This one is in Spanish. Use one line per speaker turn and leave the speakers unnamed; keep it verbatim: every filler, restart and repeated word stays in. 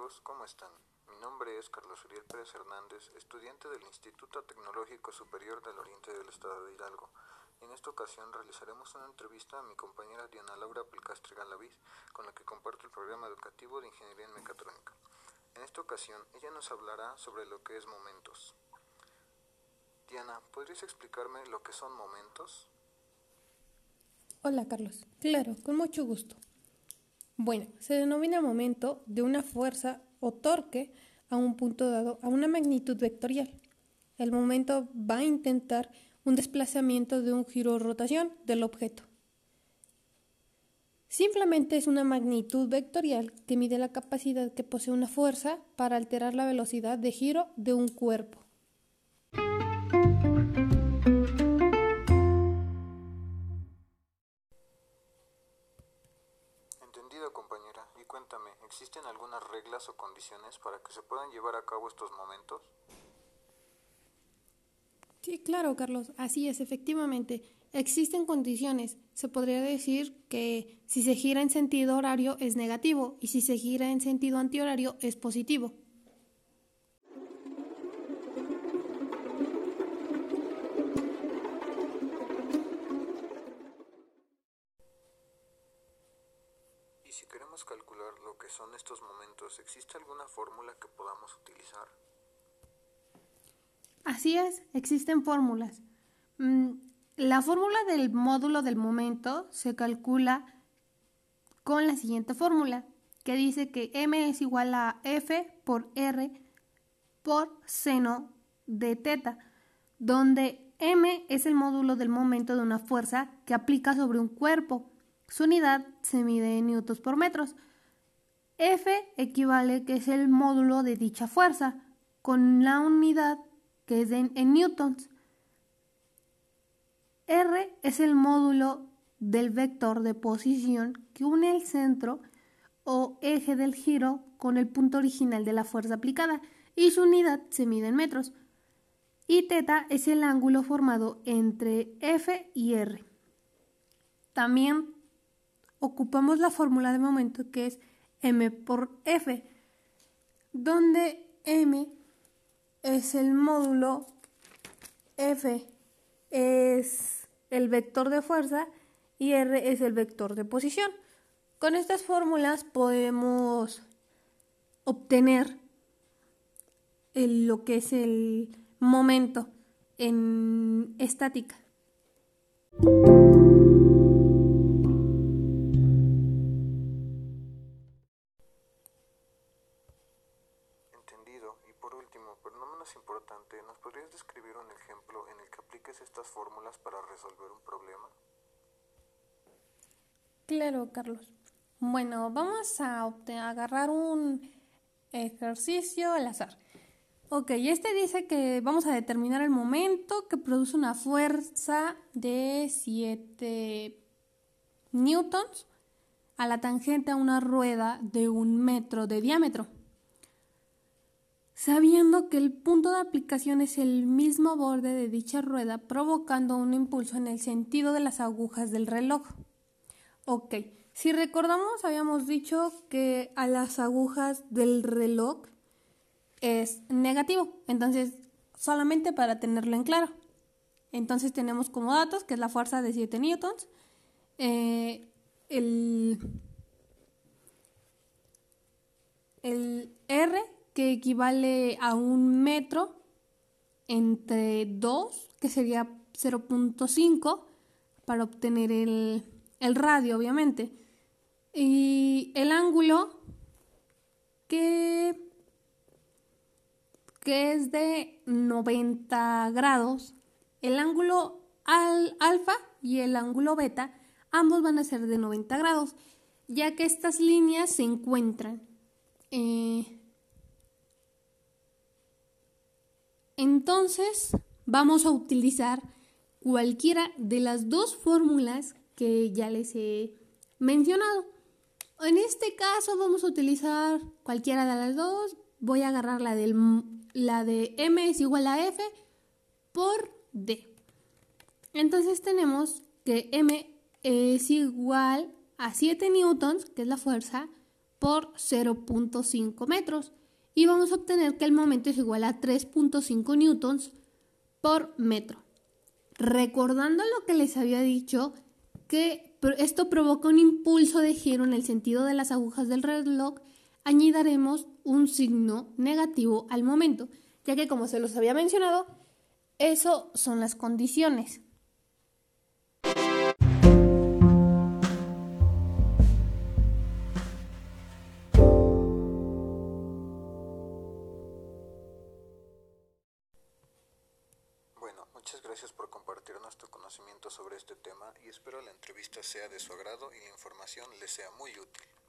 amigos, ¿cómo están? Mi nombre es Carlos Uriel Pérez Hernández, estudiante del Instituto Tecnológico Superior del Oriente del Estado de Hidalgo. En esta ocasión realizaremos una entrevista a mi compañera Diana Laura Pelcastre Galaviz, con la que comparto el programa educativo de Ingeniería en Mecatrónica. En esta ocasión, ella nos hablará sobre lo que es momentos. Diana, ¿podrías explicarme lo que son momentos?
Hola Carlos, claro, con mucho gusto. Bueno, se denomina momento de una fuerza o torque a un punto dado a una magnitud vectorial. El momento va a intentar un desplazamiento de un giro o rotación del objeto. Simplemente es una magnitud vectorial que mide la capacidad que posee una fuerza para alterar la velocidad de giro de un cuerpo.
Entendido, compañera. Y cuéntame, ¿existen algunas reglas o condiciones para que se puedan llevar a cabo estos momentos?
Sí, claro, Carlos, así es, efectivamente. Existen condiciones. Se podría decir que si se gira en sentido horario es negativo y si se gira en sentido antihorario es positivo.
Y si queremos calcular lo que son estos momentos, ¿existe alguna fórmula que podamos utilizar?
Así es, existen fórmulas. Mm, La fórmula del módulo del momento se calcula con la siguiente fórmula, que dice que m es igual a F por R por seno de teta, donde m es el módulo del momento de una fuerza que aplica sobre un cuerpo. Su unidad se mide en newtons por metros. F equivale que es el módulo de dicha fuerza, con la unidad que es en, en newtons. R es el módulo del vector de posición que une el centro o eje del giro con el punto original de la fuerza aplicada y su unidad se mide en metros. Y teta es el ángulo formado entre F y R. También ocupamos la fórmula de momento que es m por F, donde m es el módulo, F es el vector de fuerza y R es el vector de posición. Con estas fórmulas podemos obtener el, lo que es el momento en estática.
Entendido. Y por último, pero no menos importante, ¿nos podrías describir un ejemplo en el que apliques estas fórmulas para resolver un problema?
Claro, Carlos. Bueno, vamos a, obte- a agarrar un ejercicio al azar. Ok, este dice que vamos a determinar el momento que produce una fuerza de siete newtons a la tangente a una rueda de un metro de diámetro, sabiendo que el punto de aplicación es el mismo borde de dicha rueda, provocando un impulso en el sentido de las agujas del reloj. Ok, si recordamos, habíamos dicho que a las agujas del reloj es negativo, entonces solamente para tenerlo en claro. Entonces tenemos como datos que es la fuerza de siete newtons, eh, el, el R que equivale a un metro entre dos, que sería cero punto cinco para obtener el, el radio, obviamente. Y el ángulo que, que es de noventa grados. El ángulo al, alfa y el ángulo beta, ambos van a ser de noventa grados, ya que estas líneas se encuentran. Eh, Entonces, vamos a utilizar cualquiera de las dos fórmulas que ya les he mencionado. En este caso, vamos a utilizar cualquiera de las dos. Voy a agarrar la, del, la de m es igual a F por D. Entonces, tenemos que m es igual a siete newtons, que es la fuerza, por cero punto cinco metros y vamos a obtener que el momento es igual a tres punto cinco newtons por metro. Recordando lo que les había dicho, que esto provoca un impulso de giro en el sentido de las agujas del reloj, añadiremos un signo negativo al momento, ya que como se los había mencionado, eso son las condiciones.
Bueno, muchas gracias por compartirnos tu conocimiento sobre este tema y espero la entrevista sea de su agrado y la información les sea muy útil.